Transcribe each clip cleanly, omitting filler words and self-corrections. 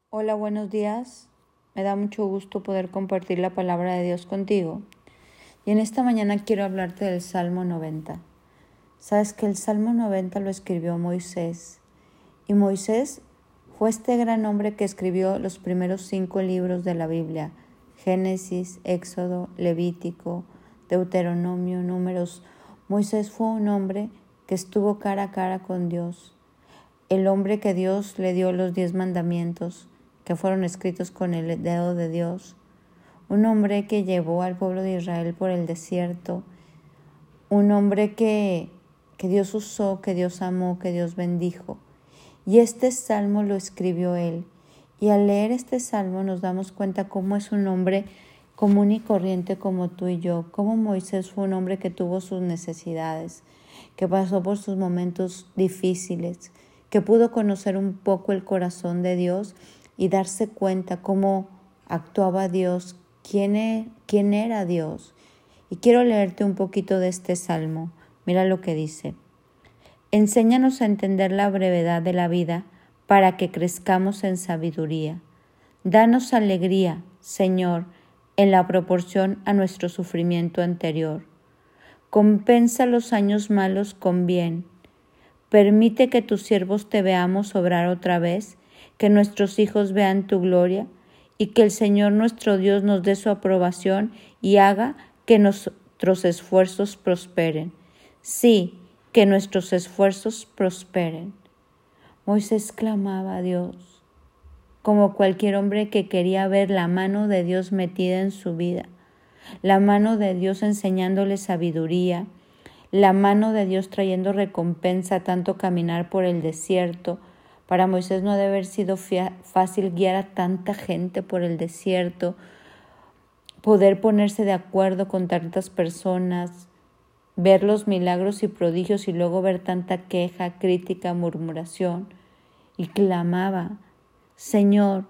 Hola, buenos días. Me da mucho gusto poder compartir la palabra de Dios contigo. Y en esta mañana quiero hablarte del Salmo 90. Sabes que el Salmo 90 lo escribió Moisés. Y Moisés fue este gran hombre que escribió los primeros 5 libros de la Biblia: Génesis, Éxodo, Levítico, Deuteronomio, Números. Moisés fue un hombre que estuvo cara a cara con Dios. El hombre que Dios le dio los 10 mandamientos, que fueron escritos con el dedo de Dios. Un hombre que llevó al pueblo de Israel por el desierto. Un hombre que Dios usó, que Dios amó, que Dios bendijo. Y este salmo lo escribió él. Y al leer este salmo nos damos cuenta cómo es un hombre común y corriente como tú y yo. Cómo Moisés fue un hombre que tuvo sus necesidades, que pasó por sus momentos difíciles, que pudo conocer un poco el corazón de Dios y darse cuenta cómo actuaba Dios, quién era Dios. Y quiero leerte un poquito de este salmo. Mira lo que dice. Enséñanos a entender la brevedad de la vida para que crezcamos en sabiduría. Danos alegría, Señor, en la proporción a nuestro sufrimiento anterior. Compensa los años malos con bien. Permite que tus siervos te veamos obrar otra vez, que nuestros hijos vean tu gloria y que el Señor nuestro Dios nos dé su aprobación y haga que nuestros esfuerzos prosperen. Sí, que nuestros esfuerzos prosperen. Moisés clamaba a Dios, como cualquier hombre que quería ver la mano de Dios metida en su vida, la mano de Dios enseñándole sabiduría, la mano de Dios trayendo recompensa, tanto caminar por el desierto. Para Moisés no debe haber sido fácil guiar a tanta gente por el desierto, poder ponerse de acuerdo con tantas personas, ver los milagros y prodigios y luego ver tanta queja, crítica, murmuración. Y clamaba, Señor,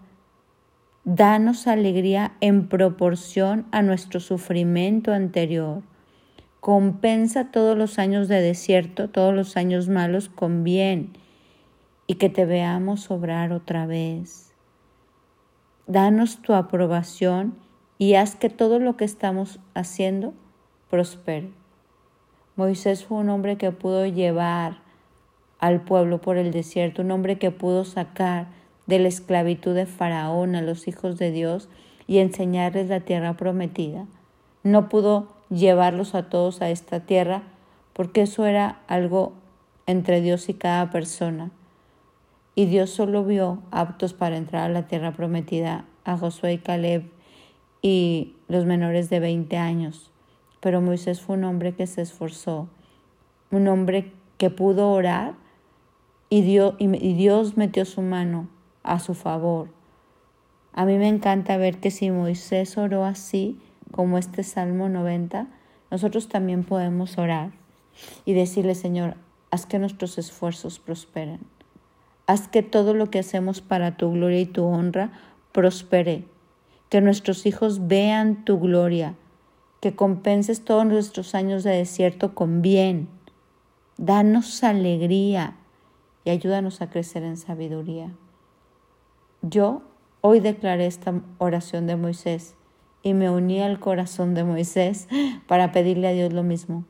danos alegría en proporción a nuestro sufrimiento anterior. Compensa todos los años de desierto, todos los años malos con bien y que te veamos obrar otra vez. Danos tu aprobación y haz que todo lo que estamos haciendo prospere. Moisés fue un hombre que pudo llevar al pueblo por el desierto, un hombre que pudo sacar de la esclavitud de Faraón a los hijos de Dios y enseñarles la tierra prometida. No pudo llevarlos a todos a esta tierra porque eso era algo entre Dios y cada persona. Y Dios solo vio aptos para entrar a la tierra prometida a Josué y Caleb y los menores de 20 años. Pero Moisés fue un hombre que se esforzó, un hombre que pudo orar y Dios metió su mano a su favor. A mí me encanta ver que si Moisés oró así, como este Salmo 90, nosotros también podemos orar y decirle, Señor, haz que nuestros esfuerzos prosperen. Haz que todo lo que hacemos para tu gloria y tu honra prospere. Que nuestros hijos vean tu gloria. Que compenses todos nuestros años de desierto con bien. Danos alegría y ayúdanos a crecer en sabiduría. Yo hoy declaré esta oración de Moisés y me uní al corazón de Moisés para pedirle a Dios lo mismo.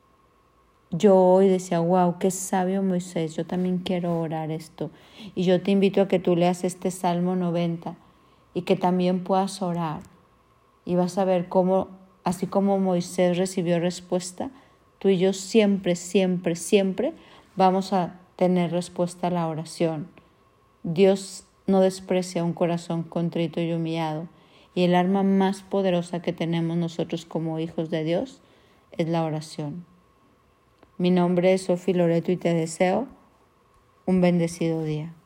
Yo hoy decía, wow, qué sabio Moisés, yo también quiero orar esto. Y yo te invito a que tú leas este Salmo 90 y que también puedas orar. Y vas a ver cómo, así como Moisés recibió respuesta, tú y yo siempre, siempre, siempre vamos a tener respuesta a la oración. Dios no desprecia un corazón contrito y humillado. Y el arma más poderosa que tenemos nosotros como hijos de Dios es la oración. Mi nombre es Sofi Loreto y te deseo un bendecido día.